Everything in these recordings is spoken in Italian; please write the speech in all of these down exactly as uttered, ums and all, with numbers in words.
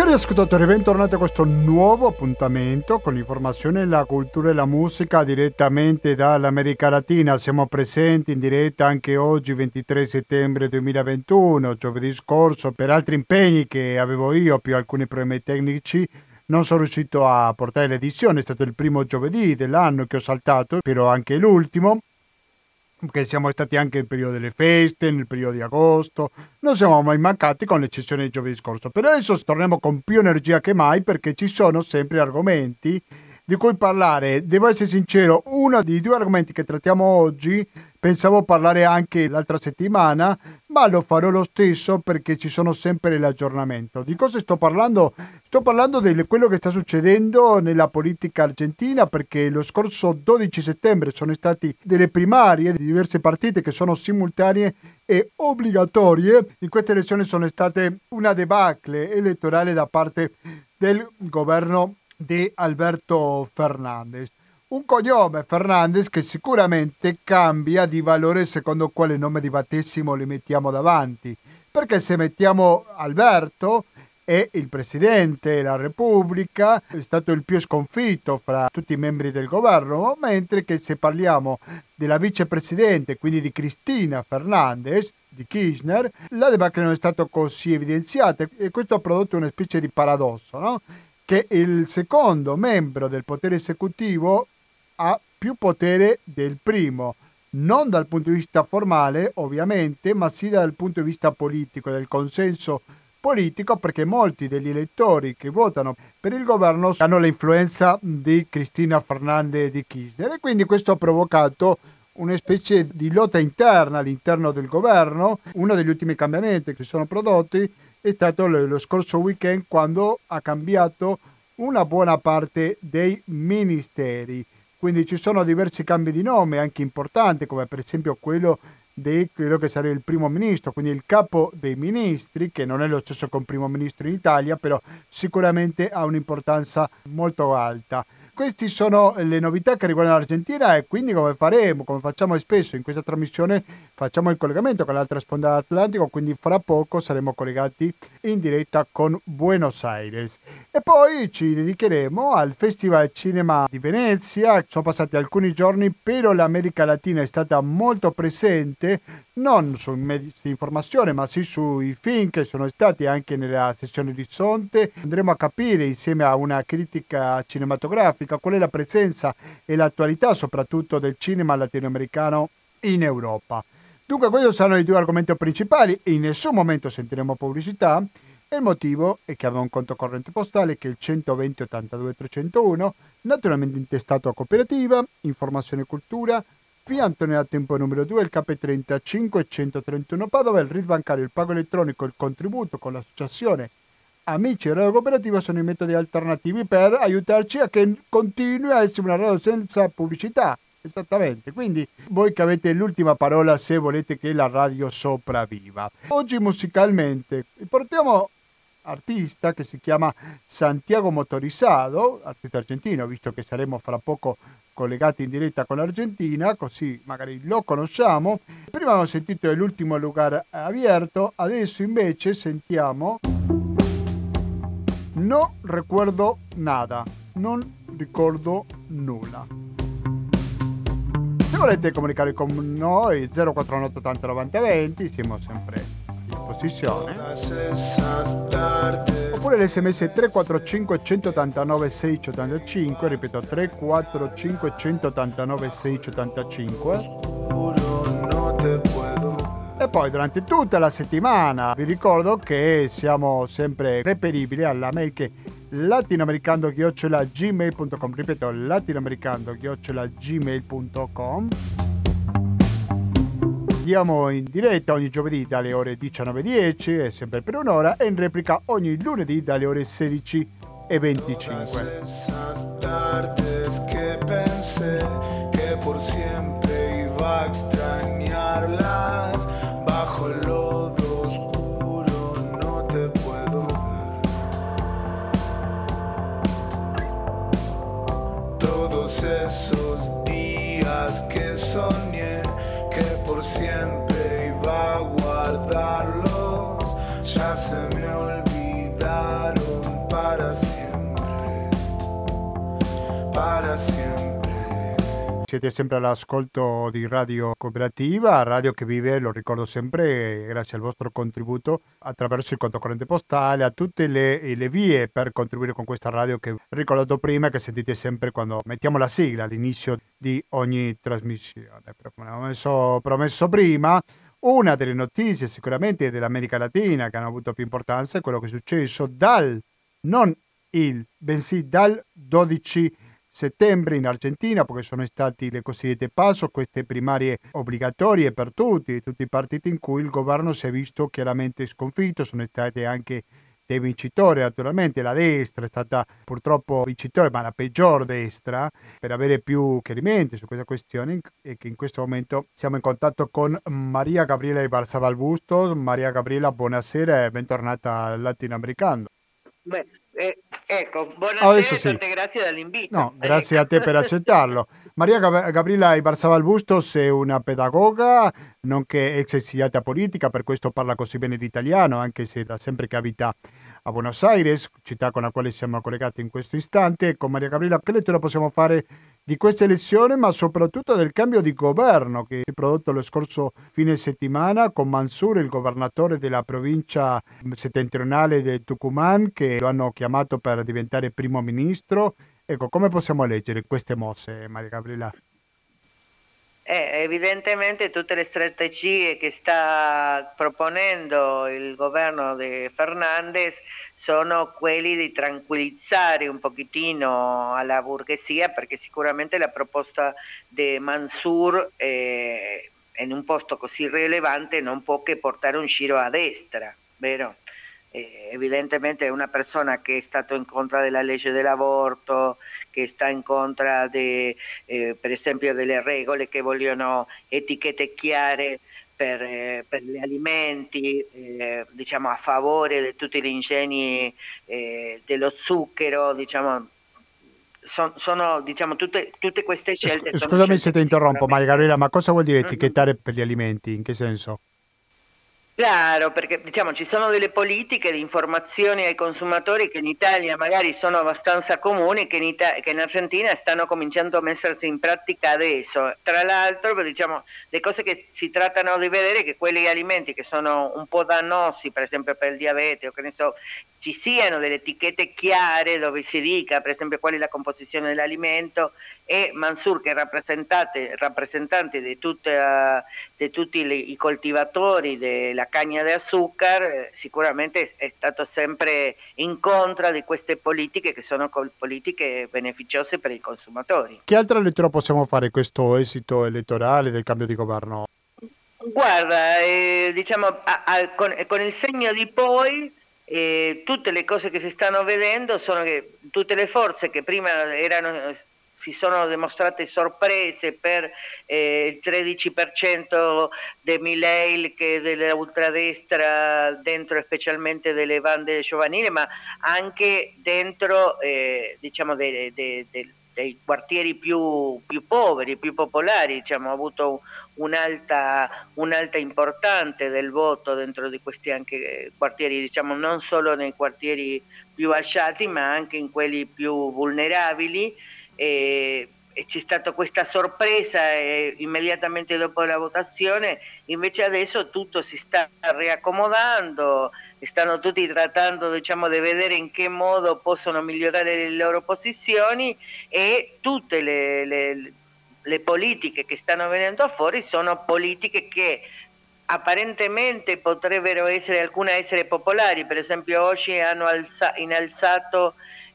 Cari ascoltatori, bentornati a questo nuovo appuntamento con l'informazione, la cultura e la musica direttamente dall'America Latina. Siamo presenti in diretta anche oggi, ventitré settembre duemilaventuno, giovedì scorso. Per altri impegni che avevo io, più alcuni problemi tecnici, non sono riuscito a portare l'edizione. È stato il primo giovedì dell'anno che ho saltato, però anche l'ultimo, perché siamo stati anche nel periodo delle feste, nel periodo di agosto, non siamo mai mancati con l'eccezione di giovedì scorso. Però adesso torniamo con più energia che mai perché ci sono sempre argomenti di cui parlare. Devo essere sincero, uno dei due argomenti che trattiamo oggi pensavo parlare anche l'altra settimana, ma lo farò lo stesso perché ci sono sempre l'aggiornamento. Di cosa sto parlando? Sto parlando di quello che sta succedendo nella politica argentina, perché lo scorso dodici settembre sono state delle primarie di diverse partite che sono simultanee e obbligatorie. In queste elezioni sono state una debacle elettorale da parte del governo di Alberto Fernández. Un cognome, Fernández, che sicuramente cambia di valore secondo quale nome di battesimo le mettiamo davanti. Perché se mettiamo Alberto è il presidente della Repubblica, è stato il più sconfitto fra tutti i membri del governo, mentre che se parliamo della vicepresidente, quindi di Cristina Fernández, di Kirchner, la debacle non è stata così evidenziata e questo ha prodotto una specie di paradosso, no? Che il secondo membro del potere esecutivo ha più potere del primo, non dal punto di vista formale ovviamente, ma sì dal punto di vista politico, del consenso politico, perché molti degli elettori che votano per il governo hanno l'influenza di Cristina Fernández di Kirchner e quindi questo ha provocato una specie di lotta interna all'interno del governo. Uno degli ultimi cambiamenti che si sono prodotti è stato lo scorso weekend, quando ha cambiato una buona parte dei ministeri. Quindi ci sono diversi cambi di nome anche importanti, come per esempio quello di quello che sarebbe il primo ministro, quindi il capo dei ministri, che non è lo stesso che un primo ministro in Italia, però sicuramente ha un'importanza molto alta. Queste sono le novità che riguardano l'Argentina e quindi come faremo, come facciamo spesso in questa trasmissione, facciamo il collegamento con l'altra sponda dell'Atlantico, quindi fra poco saremo collegati in diretta con Buenos Aires. E poi ci dedicheremo al Festival Cinema di Venezia. Sono passati alcuni giorni, però l'America Latina è stata molto presente, non sui mezzi di informazione, ma sì sui film che sono stati anche nella sessione di Sonte. Andremo a capire insieme a una critica cinematografica qual è la presenza e l'attualità soprattutto del cinema latinoamericano in Europa. Dunque questi sono i due argomenti principali, in nessun momento sentiremo pubblicità e il motivo è che abbiamo un conto corrente postale che è il centoventi ottantadue trecentouno, naturalmente intestato a Cooperativa, Informazione e Cultura, via Antonio da Tempo numero due, il K trentacinque centotrentuno Padova, il R I D bancario, il pago elettronico, il contributo con l'associazione Amici della Cooperativa sono i metodi alternativi per aiutarci a che continui a essere una radio senza pubblicità. Esattamente, quindi voi che avete l'ultima parola se volete che la radio sopravviva. Oggi musicalmente portiamo artista che si chiama Santiago Motorizado, artista argentino, visto che saremo fra poco collegati in diretta con l'Argentina, così magari lo conosciamo. Prima abbiamo sentito l'ultimo lugar abierto, adesso invece sentiamo No recuerdo nada, non ricordo nulla. Se volete comunicare con noi zero quattro nove ottanta novanta venti, siamo sempre a disposizione. Oppure l'sms tre quattro cinque uno otto nove sei otto cinque, ripeto tre quattro cinque uno otto nove sei otto cinque. E poi durante tutta la settimana vi ricordo che siamo sempre reperibili alla mail che latinoamericando chiocciola gmail punto com, ripeto latinoamericando chiocciola gmail punto com. Andiamo in diretta ogni giovedì dalle ore diciannove e dieci e sempre per un'ora e in replica ogni lunedì dalle ore sedici e venticinque. Bajo el lodo oscuro no te puedo ver. Todos esos días que soñé que por siempre iba a guardarlos ya se me olvidaron. siete sempre all'ascolto di Radio Cooperativa, radio che vive, lo ricordo sempre, grazie al vostro contributo attraverso il conto corrente postale, a tutte le, le vie per contribuire con questa radio che ho ricordato prima, che sentite sempre quando mettiamo la sigla all'inizio di ogni trasmissione. Però come avevo messo- promesso prima, una delle notizie sicuramente dell'America Latina che hanno avuto più importanza è quello che è successo dal, non il, bensì dal dodici settembre in Argentina, perché sono state le cosiddette PASO, queste primarie obbligatorie per tutti, tutti i partiti in cui il governo si è visto chiaramente sconfitto, sono stati anche dei vincitori, naturalmente la destra è stata purtroppo vincitore, ma la peggior destra, per avere più chiarimenti su questa questione e che in questo momento siamo in contatto con Maria Gabriela Ibarzabal Bustos. Maria Gabriela, buonasera e bentornata al Latinoamericano. Beh, eh, ecco, Oh, buonasera adesso e sì. tante grazie dell'invito. No, grazie Ecco. a te per accettarlo. Maria Gab- Gabriela Ibarzabal Bustos è una pedagoga, nonché ex esiliata politica, per questo parla così bene l'italiano, anche se da sempre che abita a Buenos Aires, città con la quale siamo collegati in questo istante. Con Maria Gabriela, che lettura possiamo fare di questa elezione, ma soprattutto del cambio di governo che si è prodotto lo scorso fine settimana con Mansur, il governatore della provincia settentrionale del Tucumán, che lo hanno chiamato per diventare primo ministro. Ecco, come possiamo leggere queste mosse, Maria Gabriela? Eh, evidentemente tutte le strategie che sta proponendo il governo di Fernández sono quelli di tranquillizzare un pochettino alla borghesia, perché sicuramente la proposta di Mansur eh, in un posto così rilevante non può che portare un giro a destra, vero? Eh, evidentemente è una persona che è stato in contra della legge dell'aborto, che sta in contra de, eh, per esempio delle regole che vogliono etichette chiare per, eh, per gli alimenti, eh, diciamo a favore di tutti gli ingegni eh, dello zucchero, diciamo, son, sono diciamo tutte, tutte queste scelte. Sc- sono Scusami scelte se ti che interrompo, Maria sicuramente... Gabriela, ma cosa vuol dire Mhm. etichettare per gli alimenti? In che senso? Claro, perché diciamo ci sono delle politiche di informazioni ai consumatori che in Italia magari sono abbastanza comuni, che in, Ita- che in Argentina stanno cominciando a mettersi in pratica adesso. Tra l'altro, diciamo, le cose che si trattano di vedere è che quegli alimenti che sono un po' dannosi, per esempio per il diabete o che ne so, ci siano delle etichette chiare dove si dica, per esempio, qual è la composizione dell'alimento, e Mansur, che è rappresentante, rappresentante di tutta di tutti i, i coltivatori della cagna di zucchero, eh, sicuramente è stato sempre in contra di queste politiche che sono col- politiche beneficiose per i consumatori. Che altra lettura possiamo fare questo esito elettorale del cambio di governo? Guarda, eh, diciamo a- a- con, con il segno di poi, eh, tutte le cose che si stanno vedendo sono che tutte le forze che prima erano, si sono dimostrate sorprese per eh, il tredici per cento di Milei, che è dell'ultradestra, dentro specialmente delle bande giovanili, ma anche dentro eh, diciamo de, de, de, dei quartieri più, più poveri, più popolari, diciamo, ha avuto un'alta, un'alta importante del voto dentro di questi anche quartieri, diciamo non solo nei quartieri più asciati ma anche in quelli più vulnerabili, e, e c'è stata questa sorpresa e immediatamente dopo la votazione invece adesso tutto si sta riaccomodando, stanno tutti trattando, diciamo, di vedere in che modo possono migliorare le loro posizioni, e tutte le, le le politiche che stanno venendo fuori sono politiche che apparentemente potrebbero essere, alcune essere popolari. Per esempio oggi hanno alza, innalzato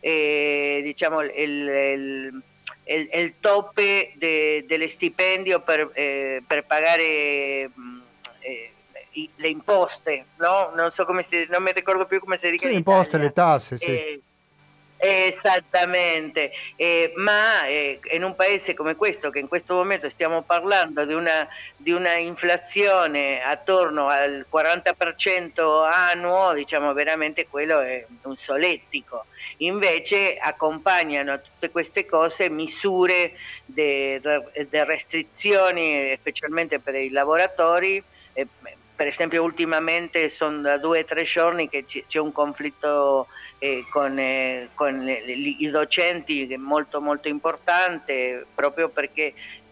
eh, diciamo, il, il, il, il toppe de, dello stipendio per, eh, per pagare eh, le imposte, no? Non so come si, non mi ricordo più come si dice Sì, in le imposte, le Italia. tasse, sì. Eh, Esattamente, eh, ma eh, in un paese come questo, che in questo momento stiamo parlando di una, di una inflazione attorno al quaranta per cento annuo, diciamo veramente quello è un solettico. Invece accompagnano a tutte queste cose misure di restrizioni, specialmente per i lavoratori. Eh, per esempio ultimamente sono da due o tre giorni che c'è un conflitto Eh, con, eh, con le, le, i docenti, che è molto molto importante, proprio perché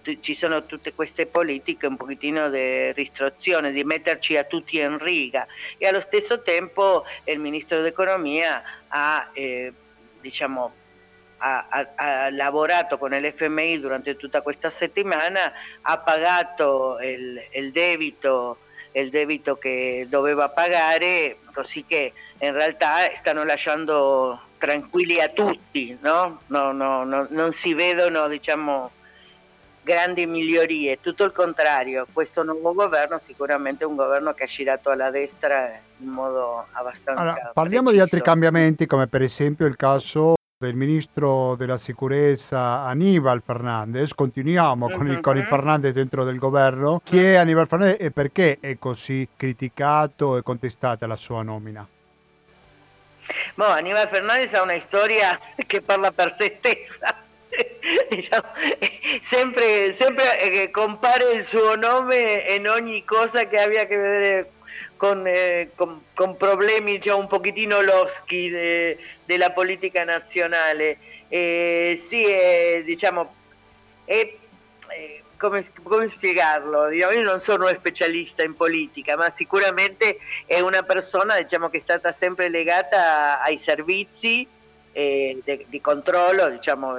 t- ci sono tutte queste politiche un pochettino di ristruzione, di metterci a tutti in riga, e allo stesso tempo il Ministro dell'Economia ha, eh, diciamo, ha, ha, ha lavorato con l'F M I durante tutta questa settimana, ha pagato il, il debito il debito che doveva pagare, così che in realtà stanno lasciando tranquilli a tutti, no? No, no, no, non si vedono, diciamo, grandi migliorie, tutto il contrario. Questo nuovo governo sicuramente è un governo che ha girato alla destra in modo abbastanza Allora, parliamo di altri preciso. cambiamenti, come per esempio il caso del ministro della sicurezza Aníbal Fernández. Continuiamo con il, con il Mhm. Fernández dentro del governo. Chi è Aníbal Fernández e perché è così criticato e contestata la sua nomina? Boh, Aníbal Fernández ha una storia che parla per se stessa. Diciamo, sempre, sempre eh, compare il suo nome in ogni cosa che abbia a che vedere con, eh, con, con problemi, diciamo, un pochettino loschi de, della politica nazionale. Eh, sì, eh, diciamo, è, eh, come, come spiegarlo? Io non sono uno specialista in politica, ma sicuramente è una persona, diciamo, che è stata sempre legata ai servizi eh, de, di controllo, diciamo,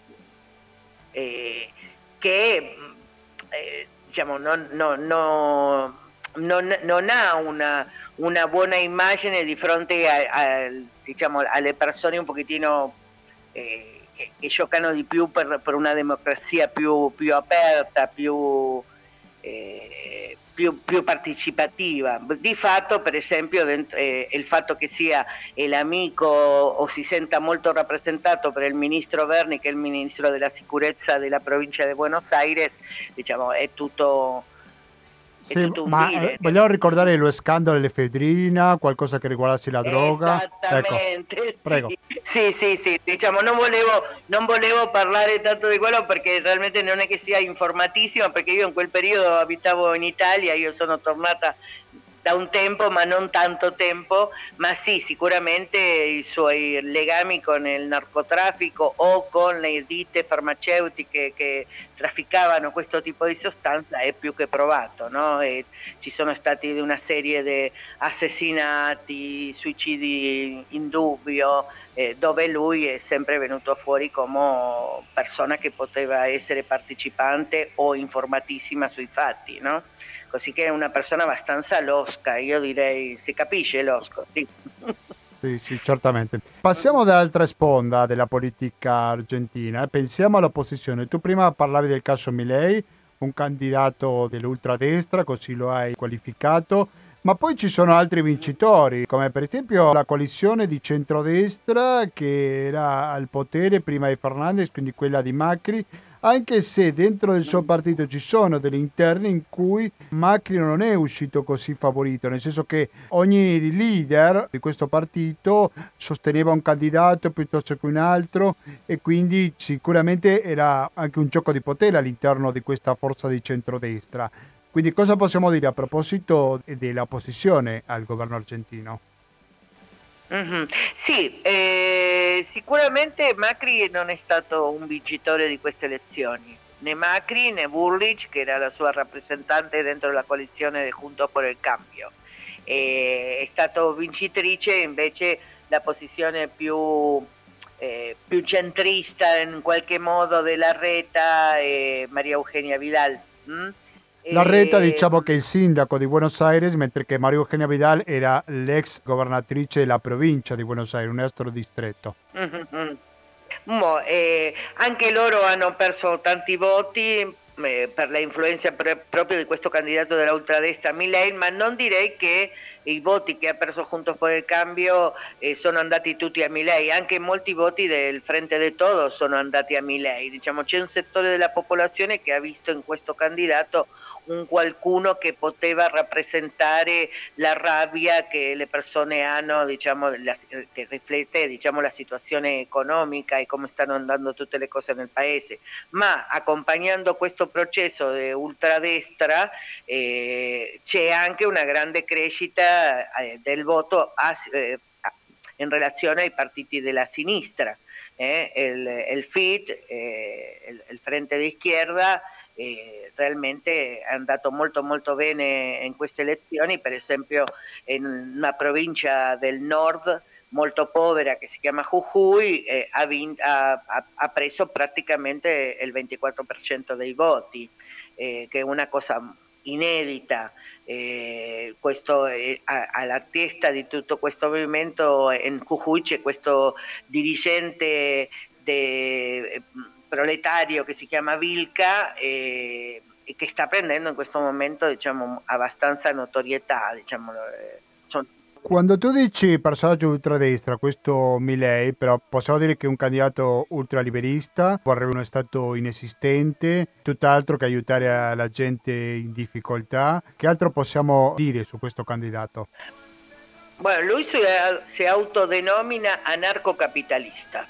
eh, che eh, diciamo, non, no, no, non, non ha una, una buona immagine di fronte a, a, diciamo, alle persone un pochettino eh, che, che giocano di più per, per una democrazia più, più aperta, più, eh, più, più partecipativa. Di fatto, per esempio, dentro, eh, il fatto che sia l'amico o si senta molto rappresentato per il ministro Verni, che è il ministro della sicurezza della provincia di Buenos Aires, diciamo, è tutto, è Sì, tutto un ma eh, dire. vogliamo ricordare lo scandalo dell'efedrina, qualcosa che riguardasse la droga? Ecco, Esattamente, prego. sì, sì, sì, sì. Diciamo, non volevo, non volevo parlare tanto di quello perché realmente non è che sia informatissima, perché io in quel periodo abitavo in Italia, io sono tornata da un tempo ma non tanto tempo, ma sì, sicuramente i suoi legami con il narcotraffico o con le ditte farmaceutiche che trafficavano questo tipo di sostanza è più che provato, no? E ci sono stati una serie di assassinati, suicidi in dubbio, eh, dove lui è sempre venuto fuori come persona che poteva essere partecipante o informatissima sui fatti, no? Così che è una persona abbastanza losca, io direi, si capisce losco, sì. Sì, sì, certamente. Passiamo dall'altra sponda della politica argentina e pensiamo all'opposizione. Tu prima parlavi del caso Milei, un candidato dell'ultradestra, così lo hai qualificato, ma poi ci sono altri vincitori, come per esempio la coalizione di centrodestra che era al potere prima di Fernandez, quindi quella di Macri, anche se dentro del suo partito ci sono delle interne in cui Macri non è uscito così favorito, nel senso che ogni leader di questo partito sosteneva un candidato piuttosto che un altro e quindi sicuramente era anche un gioco di potere all'interno di questa forza di centrodestra. Quindi cosa possiamo dire a proposito della posizione al governo argentino? Mm-hmm. Sì, eh, sicuramente Macri non è stato un vincitore di queste elezioni, né Macri né Burlich, che era la sua rappresentante dentro la coalizione di Juntos por el Cambio. Eh, è stato vincitrice invece la posizione più, eh, più centrista in qualche modo della reta, eh, Maria Eugenia Vidal. Mm? La reta E, diciamo che è il sindaco di Buenos Aires, mentre che María Eugenia Vidal era l'ex governatrice della provincia di Buenos Aires, un altro distretto. mm-hmm. Mo, eh, anche loro hanno perso tanti voti eh, per la influenza pre- proprio di questo candidato della ultradestra Milei, ma non direi che i voti che ha perso Juntos por el Cambio eh, sono andati tutti a Milei, anche molti voti del Frente de Todos sono andati a Milei. Diciamo, c'è un settore della popolazione che ha visto in questo candidato un qualcuno che poteva rappresentare la rabbia che le persone hanno, diciamo, la, che riflette, diciamo, la situazione economica e come stanno andando tutte le cose nel paese, ma accompagnando questo processo di ultradestra eh, c'è anche una grande crescita eh, del voto a, eh, in relazione ai partiti della sinistra, eh, il, il F I D, eh, il, il Frente de Izquierda e realmente è andato molto molto bene in queste elezioni. Per esempio in una provincia del nord molto povera che si chiama Jujuy, eh, ha, vin- ha, ha, ha preso praticamente il ventiquattro per cento dei voti, eh, che è una cosa inedita. Eh, questo è, a, alla testa di tutto questo movimento in Jujuy c'è questo dirigente de, proletario che si chiama Vilca, eh, e che sta prendendo in questo momento, diciamo, abbastanza notorietà, diciamo, eh, sono Quando tu dici personaggio ultradestra, questo Milei, però possiamo dire che è un candidato ultraliberista, vorrebbe uno Stato inesistente, tutt'altro che aiutare la gente in difficoltà. Che altro possiamo dire su questo candidato? Bueno, lui si, si autodenomina anarcocapitalista.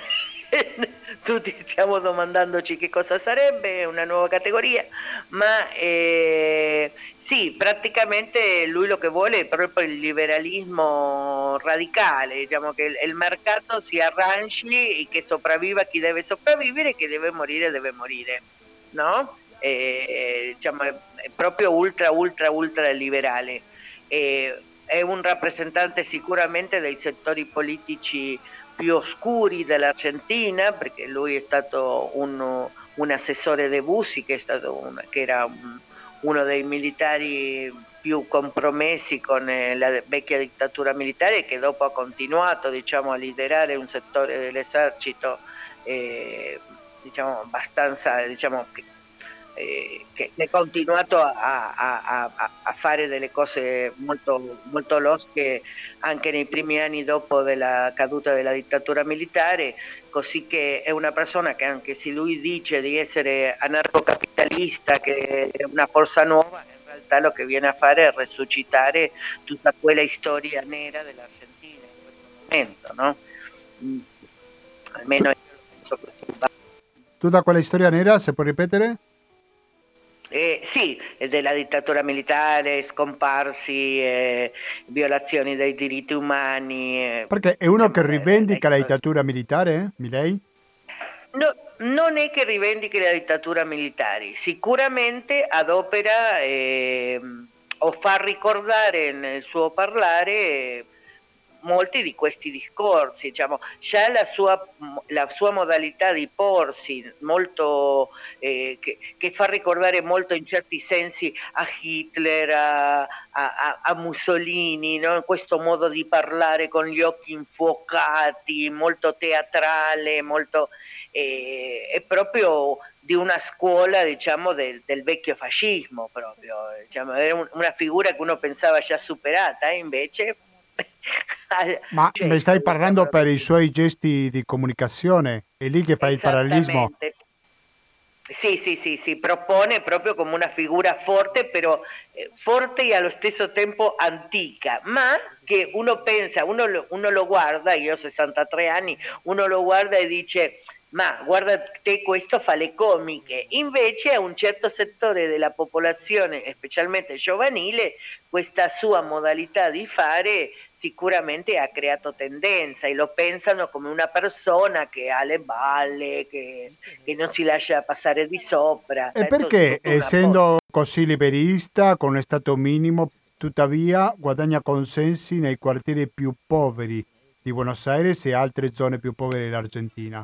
Tutti stiamo domandandoci che cosa sarebbe, una nuova categoria, ma eh, sì, praticamente lui lo che vuole è proprio il liberalismo radicale, diciamo che il, il mercato si arrangi e che sopravviva chi deve sopravvivere e chi deve morire deve morire, no? Eh, diciamo, è, è proprio ultra, ultra, ultra liberale. Eh, è un rappresentante sicuramente dei settori politici più oscuri dell'Argentina, perché lui è stato un, un assessore de Bussi, che, è stato un, che era un, uno dei militari più compromessi con eh, la vecchia dittatura militare, e che dopo ha continuato, diciamo, a liderare un settore dell'esercito eh, diciamo abbastanza, diciamo, che, eh, che è continuato a, a, a, a fare delle cose molto, molto losche anche nei primi anni dopo della caduta della dittatura militare, così che è una persona che, anche se lui dice di essere anarcocapitalista, che è una forza nuova, in realtà lo che viene a fare è resuscitare tutta quella storia nera dell'Argentina in questo momento, no? Mm, almeno io lo penso così. Tutta quella storia nera, se può ripetere? Eh, sì, della dittatura militare, scomparsi, eh, violazioni dei diritti umani. Eh, Perché è uno che diciamo, la, rivendica la la, dittatura militare, Milei? no, non è che rivendichi la dittatura militare, sicuramente adopera eh, o fa ricordare nel suo parlare eh, molti di questi discorsi, diciamo, già la sua, la sua modalità di porsi, molto, eh, che, che fa ricordare molto in certi sensi a Hitler, a, a, a Mussolini, no? Questo modo di parlare con gli occhi infuocati, molto teatrale, molto... Eh, è proprio di una scuola, diciamo, del, del vecchio fascismo proprio, diciamo, era un, una figura che uno pensava già superata, eh, invece Ma cioè, mi stai parlando per i suoi gesti di comunicazione? È lì che fai il parallelismo? esattamente. Sì, sì, sì, si propone proprio come una figura forte, però eh, forte e allo stesso tempo antica, ma che uno pensa, uno lo, uno lo guarda, io ho sessantatré anni, uno lo guarda e dice: ma guarda te, questo fa le comiche. Invece a un certo settore della popolazione, specialmente giovanile, questa sua modalità di fare sicuramente ha creato tendenza e lo pensano come una persona che ha le balle, che, che non si lascia passare di sopra. E Tanto perché, tutta una po'. essendo così liberista, con un stato minimo, tuttavia guadagna consensi nei quartieri più poveri di Buenos Aires e altre zone più povere dell'Argentina?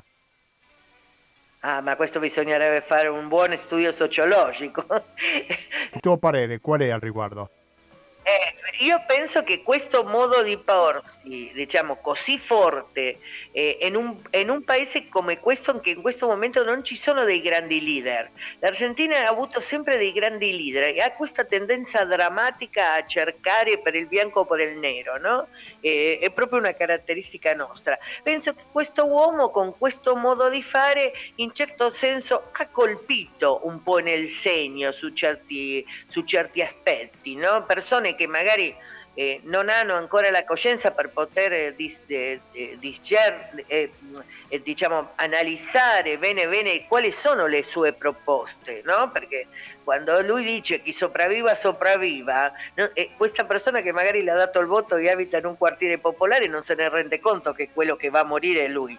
Ah, ma questo bisognerebbe fare un buon studio sociologico. Il tuo parere qual è al riguardo? Eh, io penso che questo modo di porsi, diciamo, così forte eh, in, un, in un paese come questo, che in questo momento non ci sono dei grandi leader. L'Argentina ha avuto sempre dei grandi leader e ha questa tendenza drammatica a cercare per il bianco o per il nero, no? Eh, è proprio una caratteristica nostra. Penso che questo uomo, con questo modo di fare, in certo senso ha colpito un po' nel segno su certi, su certi aspetti, no? Persone che magari eh, non hanno ancora la coscienza per poter eh, dis, eh, discer, eh, eh, diciamo, analizzare bene bene quali sono le sue proposte, no? Perché quando lui dice chi sopravviva sopravviva, no? E questa persona che magari le ha dato il voto e abita in un quartiere popolare non se ne rende conto che quello che va a morire è lui.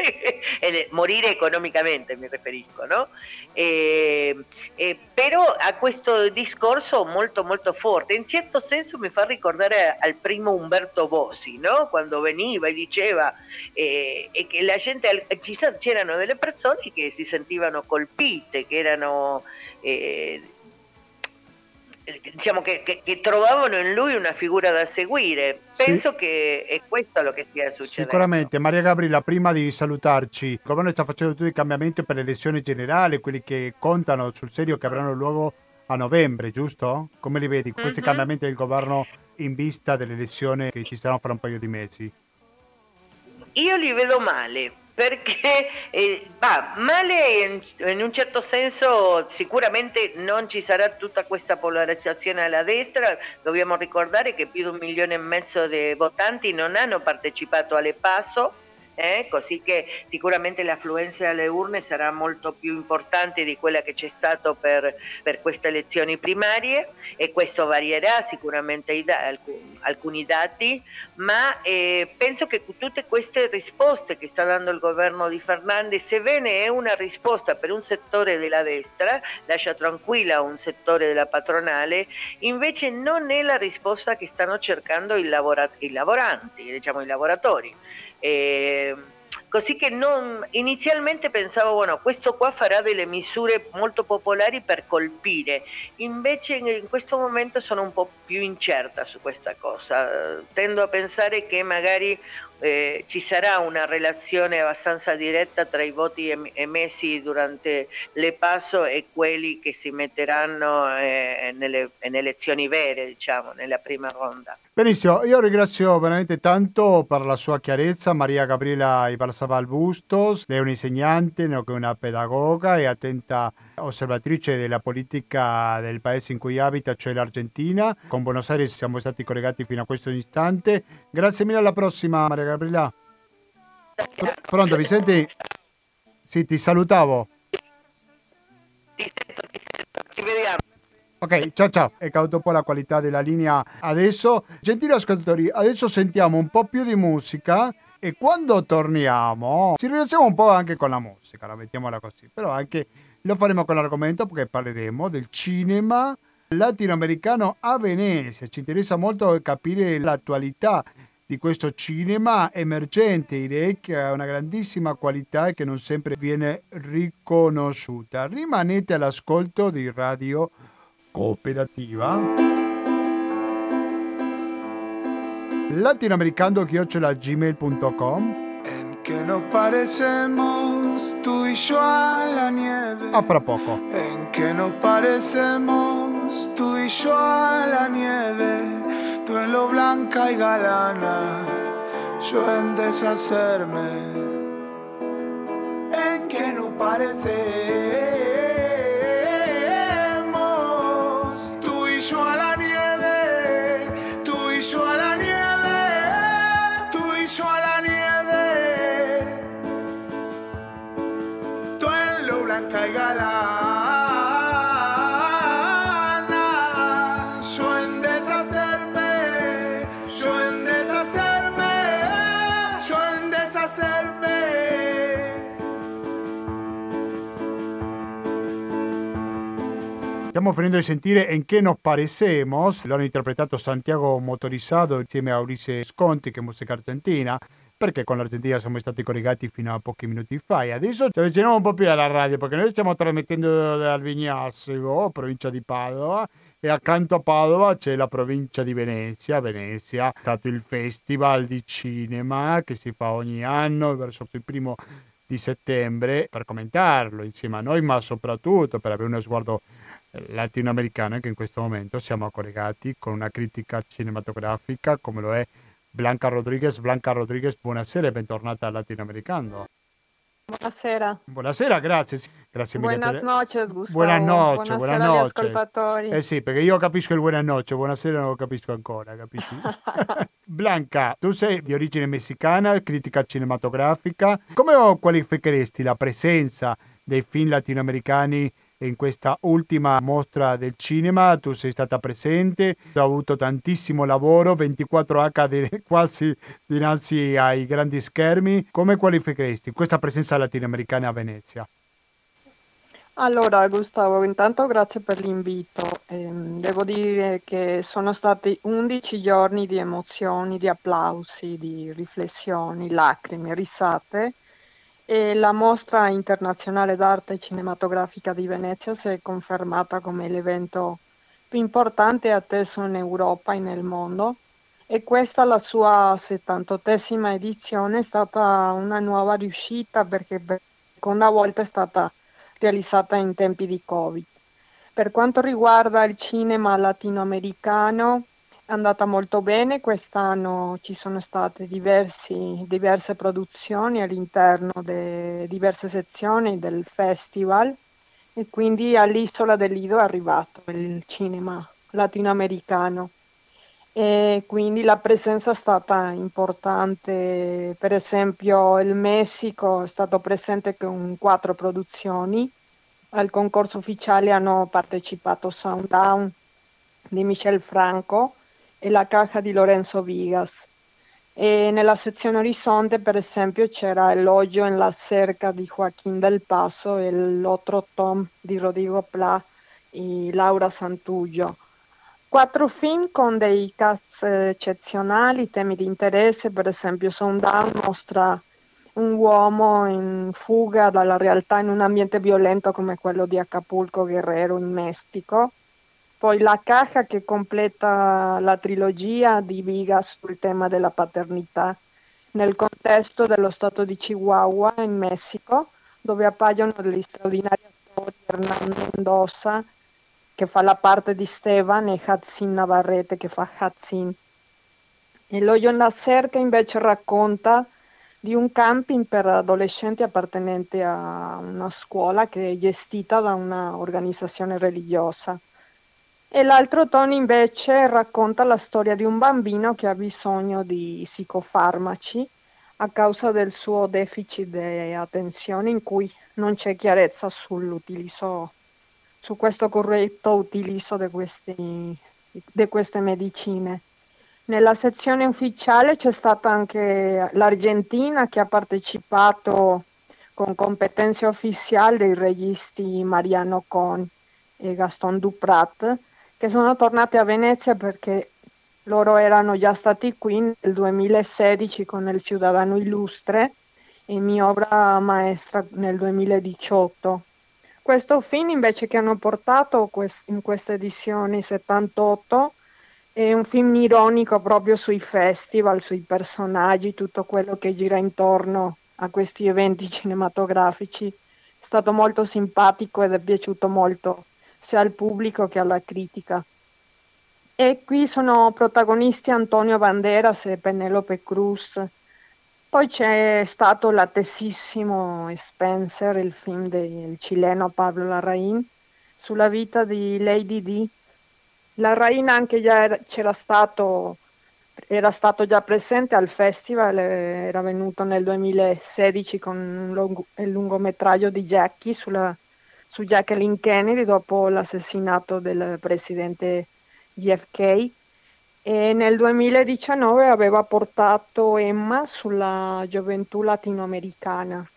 E morire economicamente mi riferisco, no? E, e, però ha questo discorso molto molto forte, in certo senso mi fa ricordare al primo Umberto Bossi, no? Quando veniva e diceva eh, e che la gente, ci, c'erano delle persone che si sentivano colpite, che erano eh, diciamo che, che, che trovavano in lui una figura da seguire. Penso sì, che è questo lo che stia succedendo. Sicuramente. Maria Gabriella, prima di salutarci, il governo sta facendo tutti i cambiamenti per le elezioni generali, quelli che contano sul serio, che avranno luogo a novembre, giusto? Come li vedi questi mm-hmm. cambiamenti del governo in vista delle elezioni che ci saranno fra un paio di mesi? Io li vedo male, perché eh, bah, male in, in un certo senso sicuramente non ci sarà tutta questa polarizzazione alla destra. Dobbiamo ricordare che più di un milione e mezzo di votanti non hanno partecipato alle PASO, eh, così che sicuramente l'affluenza alle urne sarà molto più importante di quella che c'è stato per, per queste elezioni primarie, e questo varierà sicuramente i da, alcun, alcuni dati, ma eh, penso che tutte queste risposte che sta dando il governo di Fernandez, sebbene è una risposta per un settore della destra, lascia tranquilla un settore della patronale, invece non è la risposta che stanno cercando i, lavora- i lavoranti, diciamo i lavoratori. Eh, così che non, inizialmente pensavo, bueno, questo qua farà delle misure molto popolari per colpire, invece in, in questo momento sono un po' più incerta su questa cosa. Tendo a pensare che magari eh, ci sarà una relazione abbastanza diretta tra i voti em- emessi durante le PASO e quelli che si metteranno eh, nelle, nelle elezioni vere, diciamo, nella prima ronda. Benissimo, io ringrazio veramente tanto per la sua chiarezza Maria Gabriela Ibarzabal Bustos. Lei è un'insegnante, nonché una pedagoga e attenta osservatrice della politica del paese in cui abita, cioè l'Argentina. Con Buenos Aires siamo stati collegati fino a questo istante. Grazie mille, alla prossima Maria Gabriela. Pronto, mi senti? Sì, ti salutavo. Ti sento, ti sento, ci vediamo. Ok, ciao ciao, è caduto un po' la qualità della linea adesso. Gentili ascoltatori, adesso sentiamo un po' più di musica e quando torniamo ci rilassiamo un po' anche con la musica, la mettiamola così, però anche lo faremo con l'argomento perché parleremo del cinema latinoamericano a Venezia. Ci interessa molto capire l'attualità di questo cinema emergente, direi che ha una grandissima qualità e che non sempre viene riconosciuta. Rimanete all'ascolto di Radio Cooperativa latinoamericano chiocciola gmail punto com. En que nos parecemos tú y yo a la nieve. A fra poco. En que nos parecemos tú y yo a la nieve. Tú en lo blanca y galana, yo en deshacerme. En que nos parecemos yo a la nieve, tú y yo a la nieve, tú y yo a la nieve, tú en lo blanca y galana, yo en deshacerme, yo en deshacerme, yo en deshacerme. Stiamo finendo di sentire En che nos parecemos, l'hanno interpretato Santiago Motorizado insieme a Ulisse Sconti, che è musica argentina, perché con l'Argentina siamo stati collegati fino a pochi minuti fa e adesso ci avviciniamo un po' più alla radio perché noi stiamo trasmettendo dal Vignasco, provincia di Padova, e accanto a Padova c'è la provincia di Venezia. Venezia è stato il festival di cinema che si fa ogni anno verso il primo di settembre per commentarlo insieme a noi, ma soprattutto per avere uno sguardo latinoamericano, anche in questo momento siamo collegati con una critica cinematografica come lo è Blanca Rodriguez. Blanca Rodriguez, buonasera e bentornata al Latinoamericano. Buonasera. Buonasera, grazie. Grazie mille. Buenas noches, Gustavo. Buenas noches, Buonasera buenas agli noches. ascoltatori. Eh sì, perché io capisco il buenas noches, buonasera non lo capisco ancora, capisci? Blanca, tu sei di origine messicana, critica cinematografica. Come qualificheresti la presenza dei film latinoamericani in questa ultima mostra del cinema. Tu sei stata presente, hai avuto tantissimo lavoro, ventiquattro acca di- quasi dinanzi ai grandi schermi. Come qualificheresti questa presenza latinoamericana a Venezia? Allora, Gustavo, intanto grazie per l'invito. Ehm, devo dire che sono stati undici giorni di emozioni, di applausi, di riflessioni, lacrime, risate e la Mostra Internazionale d'Arte Cinematografica di Venezia si è confermata come l'evento più importante e atteso in Europa e nel mondo. E questa, la sua settantottesima edizione, è stata una nuova riuscita perché per la seconda volta è stata realizzata in tempi di Covid. Per quanto riguarda il cinema latinoamericano, è andata molto bene. Quest'anno ci sono state diversi- diverse produzioni all'interno di diverse sezioni del festival e quindi all'Isola del Lido è arrivato il cinema latinoamericano e quindi la presenza è stata importante. Per esempio il Messico è stato presente con quattro produzioni. Al concorso ufficiale hanno partecipato Sounddown di Michel Franco e La Caja di Lorenzo Vigas. E nella sezione Orizzonte, per esempio, c'era Elogio en la cerca di Joaquín del Paso e l'Otro Tom di Rodrigo Pla e Laura Santugio. Quattro film con dei cast eh, eccezionali, temi di interesse, per esempio Sundown mostra un uomo in fuga dalla realtà in un ambiente violento come quello di Acapulco Guerrero in Messico. Poi La Caja che completa la trilogia di Vigas sul tema della paternità nel contesto dello stato di Chihuahua in Messico, dove appaiono delle straordinarie attori Hernán Mendoza che fa la parte di Stevan e Hudson Navarrete che fa Hudson. E L'Oglio nella cerca invece racconta di un camping per adolescenti appartenente a una scuola che è gestita da una organizzazione religiosa. E l'altro tono invece racconta la storia di un bambino che ha bisogno di psicofarmaci a causa del suo deficit di attenzione in cui non c'è chiarezza sull'utilizzo, su questo corretto utilizzo di questi- di queste medicine. Nella sezione ufficiale c'è stata anche l'Argentina che ha partecipato con competenze ufficiali dei registi Mariano Con e Gaston Duprat, che sono tornati a Venezia perché loro erano già stati qui nel duemilasedici con Il Ciudadano Illustre e Mia Obra Maestra nel duemiladiciotto. Questo film invece che hanno portato quest- in questa edizione settantotto è un film ironico proprio sui festival, sui personaggi, tutto quello che gira intorno a questi eventi cinematografici. È stato molto simpatico ed è piaciuto molto sia al pubblico che alla critica. E qui sono protagonisti Antonio Banderas e Penelope Cruz. Poi c'è stato l'attesissimo Spencer, il film del cileno Pablo Larraín, sulla vita di Lady Di. Larraín anche già era- c'era stato, era stato già presente al festival, eh, era venuto nel duemilasedici con un lungo- il lungometraggio di Jackie sulla- su Jacqueline Kennedy dopo l'assassinato del presidente J F K e nel duemiladiciannove aveva portato Emma sulla gioventù latinoamericana.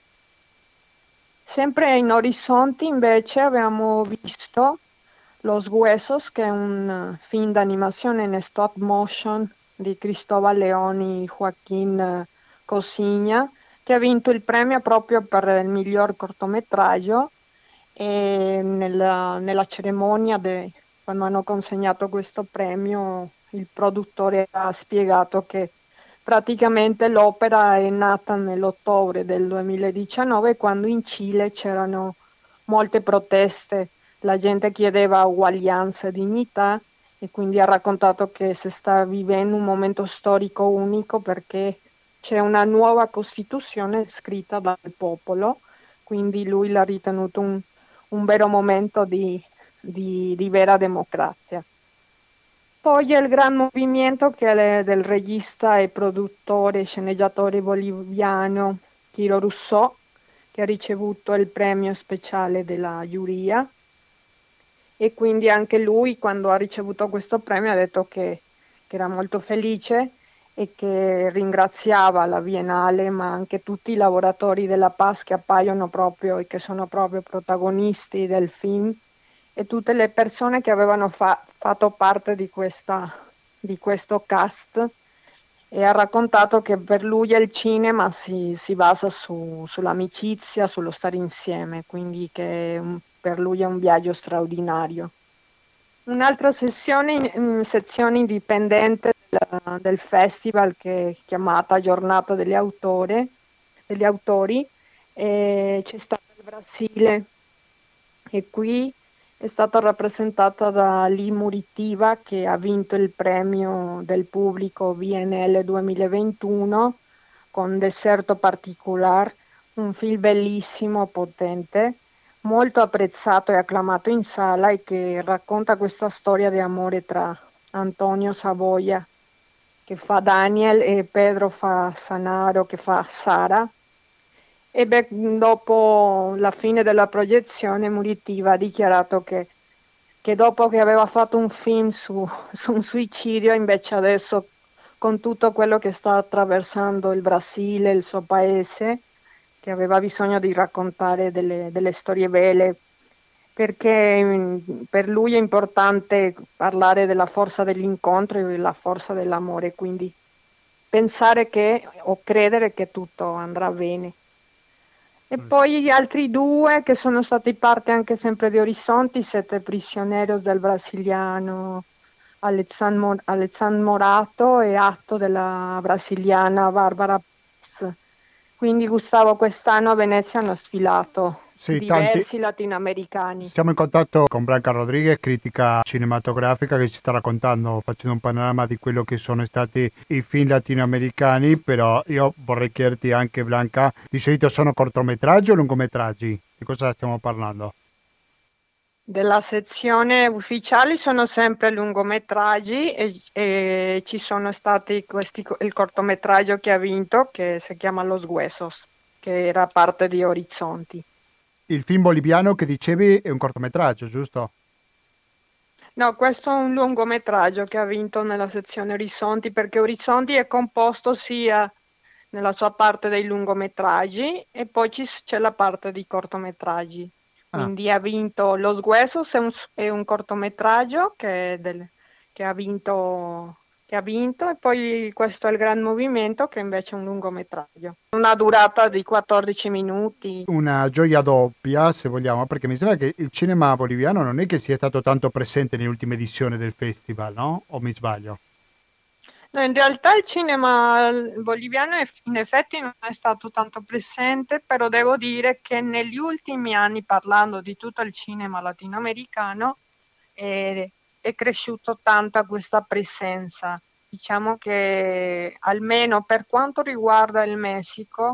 Sempre in Orizzonti invece abbiamo visto Los Huesos, che è un eh, film d'animazione in stop motion di Cristóbal Leoni e Joaquín eh, Cosigna, che ha vinto il premio proprio per il miglior cortometraggio e nella, nella cerimonia de- quando hanno consegnato questo premio il produttore ha spiegato che praticamente l'opera è nata nell'ottobre del duemiladiciannove quando in Cile c'erano molte proteste, la gente chiedeva uguaglianza e dignità e quindi ha raccontato che si sta vivendo un momento storico unico perché c'è una nuova Costituzione scritta dal popolo, quindi lui l'ha ritenuto un, un vero momento di, di- di vera democrazia. Poi è il gran movimento che è del regista e produttore e sceneggiatore boliviano Chiro Rousseau, che ha ricevuto il premio speciale della giuria. e quindi anche lui, quando ha ricevuto questo premio, ha detto che, che era molto felice e che ringraziava la Biennale, ma anche tutti i lavoratori della Paz che appaiono proprio e che sono proprio protagonisti del film, e tutte le persone che avevano fa- fatto parte di, questa, di questo cast, e ha raccontato che per lui il cinema si, si basa su- sull'amicizia, sullo stare insieme, quindi che un- per lui è un viaggio straordinario. Un'altra sessione, mm, sezione indipendente del, del festival, che è chiamata Giornata degli Autore, degli autori, e c'è stato il Brasile, e qui è stata rappresentata da Lee Muritiva, che ha vinto il premio del pubblico V N L duemilaventuno con Deserto Particular, un film bellissimo, potente, molto apprezzato e acclamato in sala, e che racconta questa storia di amore tra Antonio Savoia, che fa Daniel, e Pedro fa Sanaro, che fa Sara. E beh, dopo la fine della proiezione, Muritiva ha dichiarato che, che dopo che aveva fatto un film su, su un suicidio, invece adesso, con tutto quello che sta attraversando il Brasile, il suo paese, che aveva bisogno di raccontare delle, delle storie belle, perché mm, per lui è importante parlare della forza dell'incontro e della forza dell'amore, quindi pensare che o credere che tutto andrà bene. E poi gli altri due che sono stati parte anche sempre di Orizzonti, Sette Prisioneros del brasiliano Alexandre Mo- Alexandre Morato e Atto della brasiliana Barbara Paz. Quindi Gustavo, quest'anno a Venezia hanno sfilato Sì, tanti. diversi latinoamericani. Siamo in contatto con Blanca Rodriguez, critica cinematografica, che ci sta raccontando, facendo un panorama di quello che sono stati i film latinoamericani, però io vorrei chiederti anche, Blanca, di solito sono cortometraggi o lungometraggi? Di cosa stiamo parlando? Della sezione ufficiali sono sempre lungometraggi, e, e ci sono stati questi, il cortometraggio che ha vinto, che si chiama Los Huesos, che era parte di Orizzonti. Il film boliviano che dicevi è un cortometraggio, giusto? No, questo è un lungometraggio che ha vinto nella sezione Orizzonti, perché Orizzonti è composto sia nella sua parte dei lungometraggi e poi ci- c'è la parte di cortometraggi. Ah, Quindi ha vinto Los Huesos, è un, è un cortometraggio che, è del- che ha vinto, che ha vinto, e poi questo è il Gran Movimento, che invece è un lungometraggio. Una durata di quattordici minuti. una gioia doppia, se vogliamo, perché mi sembra che il cinema boliviano non è che sia stato tanto presente nell'ultima edizione del festival, no? O mi sbaglio? No, in realtà il cinema boliviano eff- in effetti non è stato tanto presente, però devo dire che negli ultimi anni, parlando di tutto il cinema latinoamericano, è, è cresciuto tanta questa presenza. Diciamo che almeno per quanto riguarda il Messico,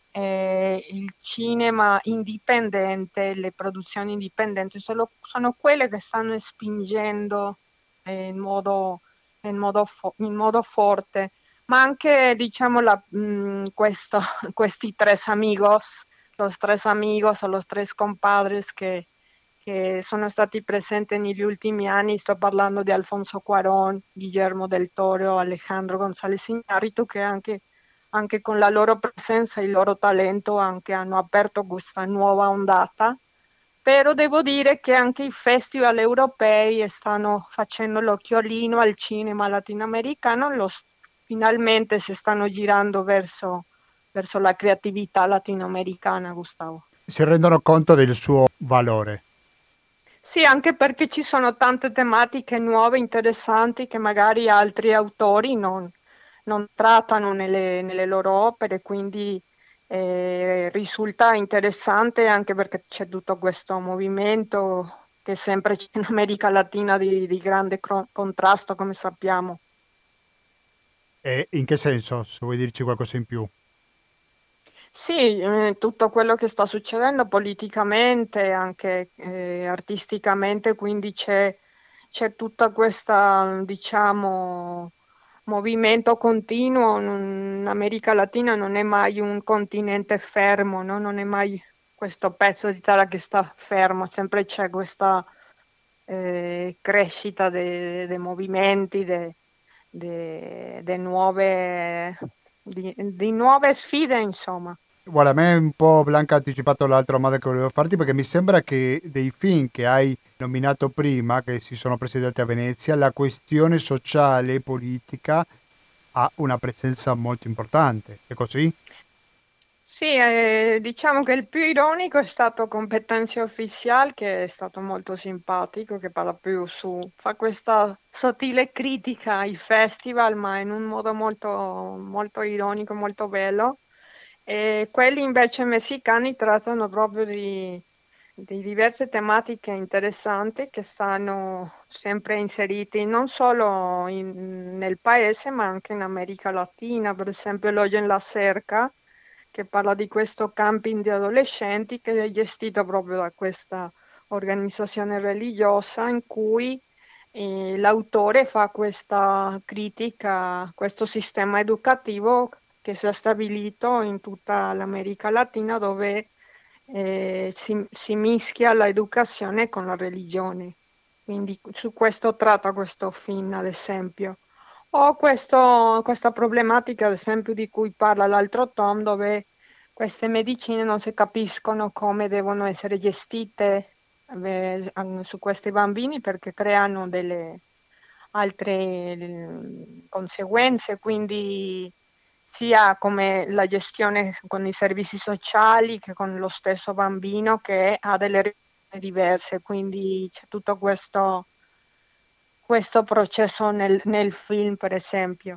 eh, il cinema indipendente, le produzioni indipendenti sono, sono quelle che stanno spingendo eh, in modo in modo, fo- in modo forte, ma anche, diciamo, la, mh, questo, questi tres amigos, los tres amigos o los tres compadres che, che sono stati presenti negli ultimi anni. Sto parlando di Alfonso Cuarón, Guillermo del Toro, Alejandro González Iñárritu, che anche, anche con la loro presenza e il loro talento anche hanno aperto questa nuova ondata. Però devo dire che anche i festival europei stanno facendo l'occhiolino al cinema latinoamericano, lo s- finalmente si stanno girando verso, verso la creatività latinoamericana, Gustavo. Si rendono conto del suo valore. Sì, anche perché ci sono tante tematiche nuove, interessanti, che magari altri autori non, non trattano nelle, nelle loro opere, quindi eh, risulta interessante, anche perché c'è tutto questo movimento che sempre c'è in America Latina di, di grande cro- contrasto, come sappiamo. E in che senso, se vuoi dirci qualcosa in più? Sì, eh, tutto quello che sta succedendo politicamente, anche eh, artisticamente, quindi c'è c'è tutta questa, diciamo, movimento continuo. Non- L'America Latina non è mai un continente fermo, no? Non è mai questo pezzo di terra che sta fermo, sempre c'è questa eh, crescita dei, dei movimenti, de- de- de nuove, di, di nuove sfide, insomma. Guarda, a me un po' Blanca ha anticipato l'altra domanda che volevo farti perché mi sembra che dei film che hai nominato prima, che si sono presentati a Venezia, la questione sociale e politica ha una presenza molto importante. È così? Sì, eh, diciamo che il più ironico è stato Competencia Ufficial, che è stato molto simpatico, che parla più su, fa questa sottile critica ai festival, ma in un modo molto, molto ironico, molto bello. E quelli invece messicani trattano proprio di, di diverse tematiche interessanti che stanno sempre inseriti non solo in- nel paese, ma anche in America Latina. Per esempio, l'Oye en la Cerca, che parla di questo camping di adolescenti che è gestito proprio da questa organizzazione religiosa in cui eh, l'autore fa questa critica a questo sistema educativo che si è stabilito in tutta l'America Latina dove eh, si, si mischia l'educazione con la religione. Quindi su questo tratta questo film, ad esempio. O questo- questa problematica, ad esempio, di cui parla l'altro Tom, dove queste medicine non si capiscono come devono essere gestite eh, an- su questi bambini perché creano delle altre eh, conseguenze, quindi sia come la gestione con i servizi sociali che con lo stesso bambino che ha delle reazioni diverse, quindi c'è tutto questo, questo processo nel, nel film, per esempio.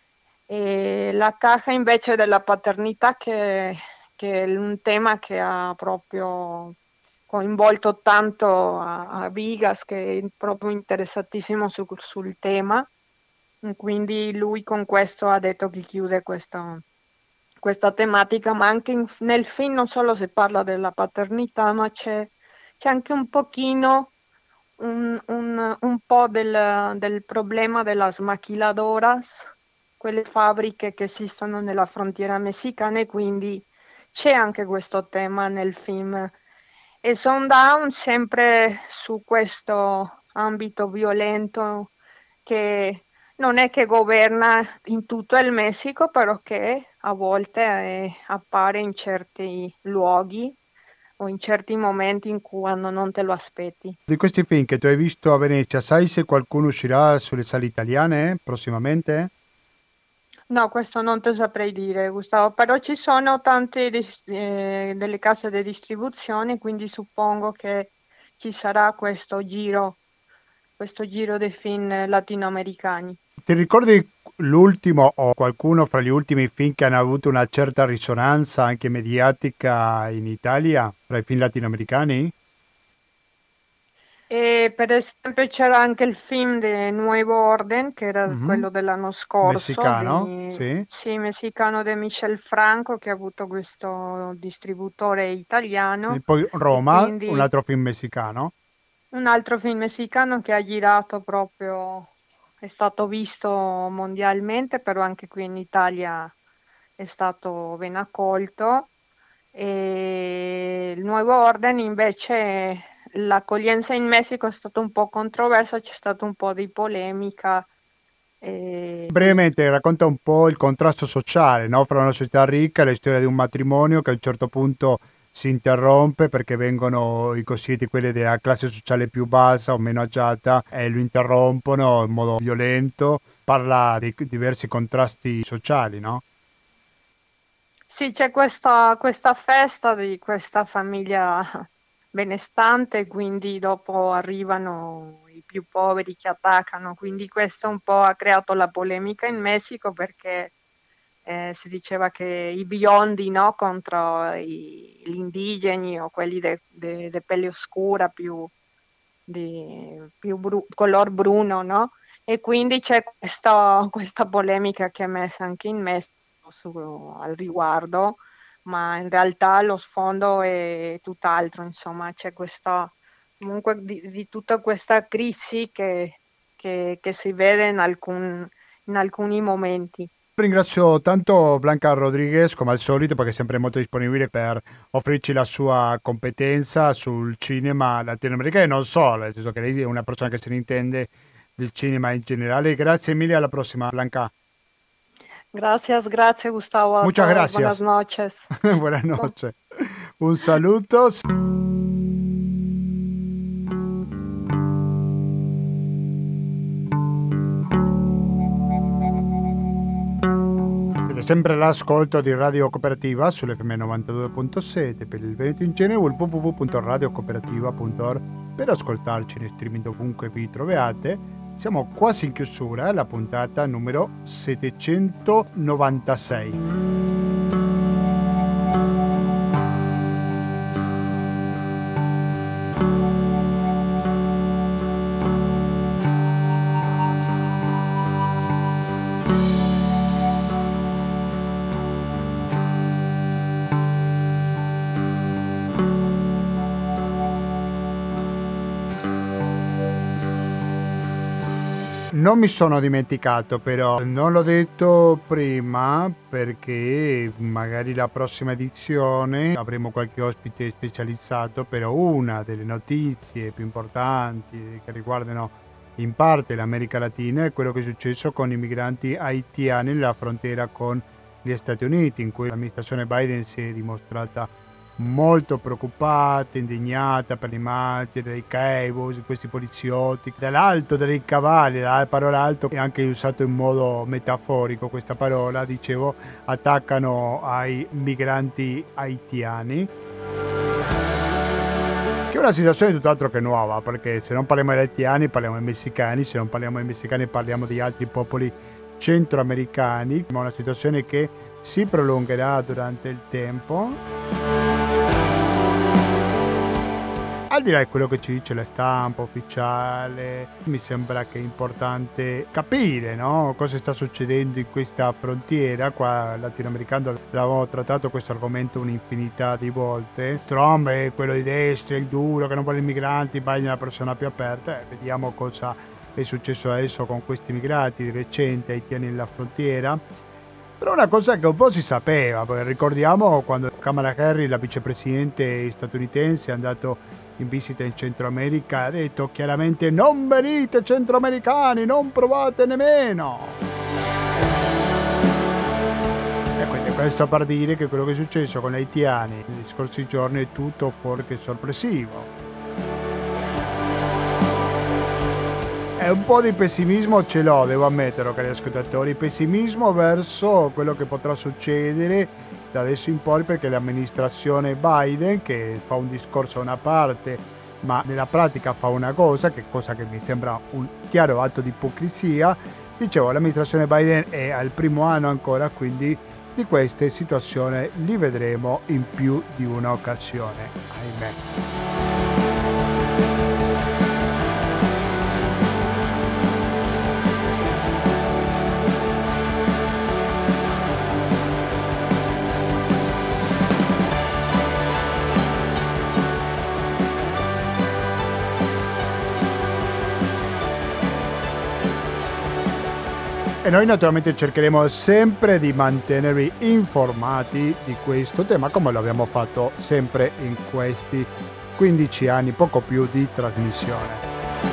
E la caja invece della paternità, che, che è un tema che ha proprio coinvolto tanto a, a Vigas, che è proprio interessatissimo su- sul tema. Quindi lui con questo ha detto che chiude questa, questa tematica, ma anche in- nel film non solo si parla della paternità, ma c'è, c'è anche un pochino un, un- un po' del, del problema delle maquiladoras, quelle fabbriche che esistono nella frontiera messicana, e quindi c'è anche questo tema nel film. E Sundown sempre su questo ambito violento che non è che governa in tutto il Messico, però che a volte eh, appare in certi luoghi o in certi momenti in cui quando non te lo aspetti. Di questi film che tu hai visto a Venezia, sai se qualcuno uscirà sulle sale italiane prossimamente? No, questo non te saprei dire, Gustavo, però ci sono tante dis- eh, delle case di distribuzione, quindi suppongo che ci sarà questo giro, questo giro dei film latinoamericani. Ti ricordi l'ultimo o qualcuno fra gli ultimi film che hanno avuto una certa risonanza anche mediatica in Italia, fra i film latinoamericani? E per esempio c'era anche il film di Nuevo Orden, che era Mhm. quello dell'anno scorso, Messicano, di, sì. sì, messicano di Michel Franco, che ha avuto questo distributore E italiano, poi e Roma, un quindi altro film messicano. un altro film messicano che ha girato proprio, è stato visto mondialmente, però anche qui in Italia è stato ben accolto. E il Nuovo Ordine invece l'accoglienza in Messico è stata un po' controversa, c'è stato un po' di polemica. E Brevemente racconta un po' il contrasto sociale, no? Fra una società ricca e la storia di un matrimonio che a un certo punto si interrompe perché vengono i cosiddetti quelli della classe sociale più bassa o meno agiata e lo interrompono in modo violento. Parla di diversi contrasti sociali, no? sì, c'è questa, questa festa di questa famiglia benestante, quindi dopo arrivano i più poveri che attaccano, quindi questo un po' ha creato la polemica in Messico perché eh, si diceva che i biondi, no, contro i- gli indigeni o quelli di pelle oscura, più, di, più bru- color bruno, no? E quindi c'è questa, questa polemica che è messa anche in Messico su- al riguardo, ma in realtà lo sfondo è tutt'altro, insomma, c'è questa, comunque di, di tutta questa crisi che, che- che si vede in alcun- in alcuni momenti. Ringrazio tanto Blanca Rodriguez come al solito perché è sempre molto disponibile per offrirci la sua competenza sul cinema latinoamericano e non solo, nel senso che lei è una persona che se ne intende del cinema in generale. Grazie mille, alla prossima Blanca. Gracias, gracias Gustavo. Muchas gracias. Buenas noches. Buenas noches. Un saluto. Sempre l'ascolto di Radio Cooperativa sull'F M novantadue virgola sette per il Veneto in genere o il w w w punto radio cooperativa punto org per ascoltarci in streaming dovunque vi troviate. Siamo quasi in chiusura, la puntata numero settecentonovantasei. Non mi sono dimenticato, però non l'ho detto prima perché magari la prossima edizione avremo qualche ospite specializzato, però una delle notizie più importanti che riguardano in parte l'America Latina è quello che è successo con i migranti haitiani nella frontiera con gli Stati Uniti, in cui l'amministrazione Biden si è dimostrata molto preoccupata, indignata per l'immagine dei cowboys, questi poliziotti, dall'alto dei cavalli, la parola alto è anche usato in modo metaforico questa parola, dicevo, attaccano ai migranti haitiani. Che è una situazione tutt'altro che nuova, perché se non parliamo di haitiani parliamo di messicani, se non parliamo di messicani parliamo di altri popoli centroamericani, ma una situazione che si prolungherà durante il tempo. Al di là di quello che ci dice la stampa ufficiale, mi sembra che è importante capire, no? Cosa sta succedendo in questa frontiera. Qua latinoamericano l'avevamo trattato questo argomento un'infinità di volte. Trump è quello di destra, il duro, che non vuole i migranti, Biden è la persona più aperta. Eh, vediamo cosa è successo adesso con questi migranti di recente haitiani nella frontiera. Però una cosa che un po' si sapeva, perché ricordiamo quando Kamala Harris, la vicepresidente statunitense, è andato in visita in Centro America, ha detto chiaramente: non venite centroamericani, non provate nemmeno. E quindi questo per dire che quello che è successo con gli haitiani negli scorsi giorni è tutto fuorché sorpresivo. E un po' di pessimismo ce l'ho, devo ammetterlo, cari ascoltatori, pessimismo verso quello che potrà succedere da adesso in poi, perché l'amministrazione Biden, che fa un discorso a una parte ma nella pratica fa una cosa, che cosa che mi sembra un chiaro atto di ipocrisia, dicevo, l'amministrazione Biden è al primo anno ancora, quindi di queste situazioni li vedremo in più di un'occasione, ahimè. E noi naturalmente cercheremo sempre di mantenervi informati di questo tema, come lo abbiamo fatto sempre in questi quindici anni, poco più di trasmissione.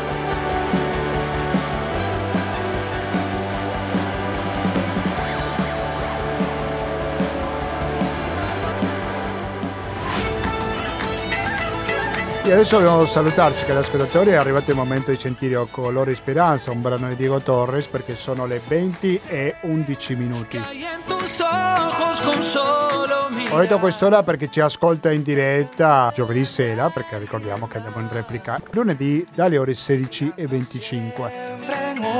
E adesso dobbiamo salutarci, cari ascoltatori, è arrivato il momento di sentire O Color e Speranza, un brano di Diego Torres, perché sono le venti e undici minuti. Ho detto quest'ora perché ci ascolta in diretta giovedì sera, perché ricordiamo che andiamo in replica lunedì dalle ore sedici e venticinque.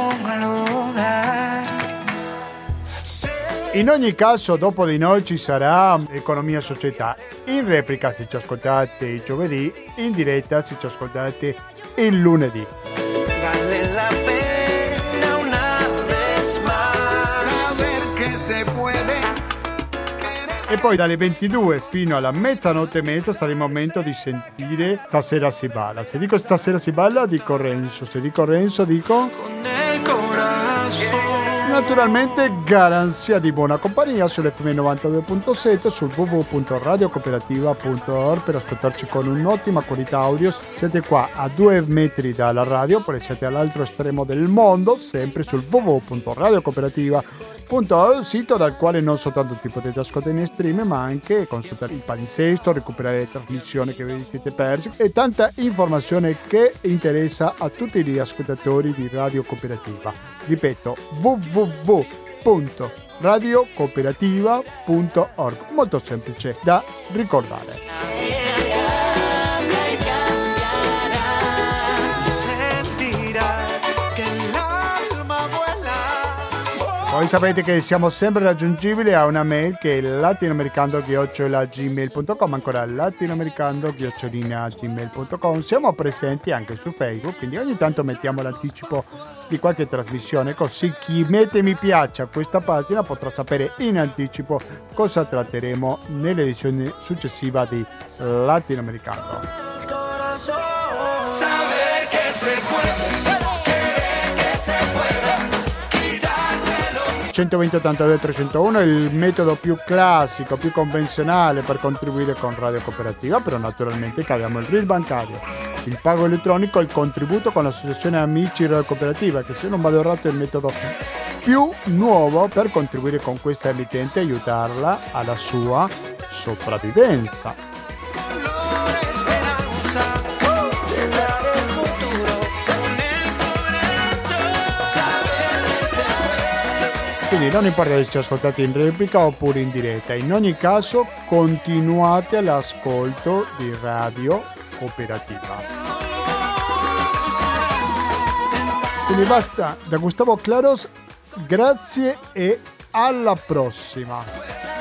In ogni caso, dopo di noi ci sarà Economia e Società. In replica se ci ascoltate il giovedì, in diretta se ci ascoltate il lunedì. Vale la pena una vez más saber que se puede. E poi dalle ventidue fino alla mezzanotte e mezza sarà il momento di sentire Stasera si balla. Se dico Stasera si balla dico Renzo, se dico Renzo dico... Con el corazón. naturalmente garanzia di buona compagnia sull'F M novantadue virgola sette, sul w w w punto radio cooperativa punto org per ascoltarci con un'ottima qualità audio. Siete qua a due metri dalla radio, poi siete all'altro estremo del mondo, sempre sul w w w punto radio cooperativa punto org, sito dal quale non soltanto ti potete ascoltare in stream, ma anche consultare il palinsesto, recuperare le trasmissioni che vi siete persi e tanta informazione che interessa a tutti gli ascoltatori di Radio Cooperativa. Ripeto, w w w punto radio cooperativa punto org, molto semplice da ricordare. Voi sapete che siamo sempre raggiungibili a una mail che è latinoamericano chiocciola gmail punto com, ancora latinoamericano chiocciola gmail punto com. Siamo presenti anche su Facebook, quindi ogni tanto mettiamo l'anticipo di qualche trasmissione, così chi mette mi piace a questa pagina potrà sapere in anticipo cosa tratteremo nell'edizione successiva di Latinoamericano. Saber que se puede. centoventi ottantadue trecentouno è il metodo più classico, più convenzionale per contribuire con Radio Cooperativa, però naturalmente cadiamo il R I D bancario, il pago elettronico e il contributo con l'associazione Amici Radio Cooperativa, che se non vado errato è il metodo più nuovo per contribuire con questa emittente e aiutarla alla sua sopravvivenza. Quindi non importa se ci ascoltate in replica oppure in diretta, in ogni caso continuate l'ascolto di Radio Cooperativa. Quindi basta, da Gustavo Claros, grazie e alla prossima.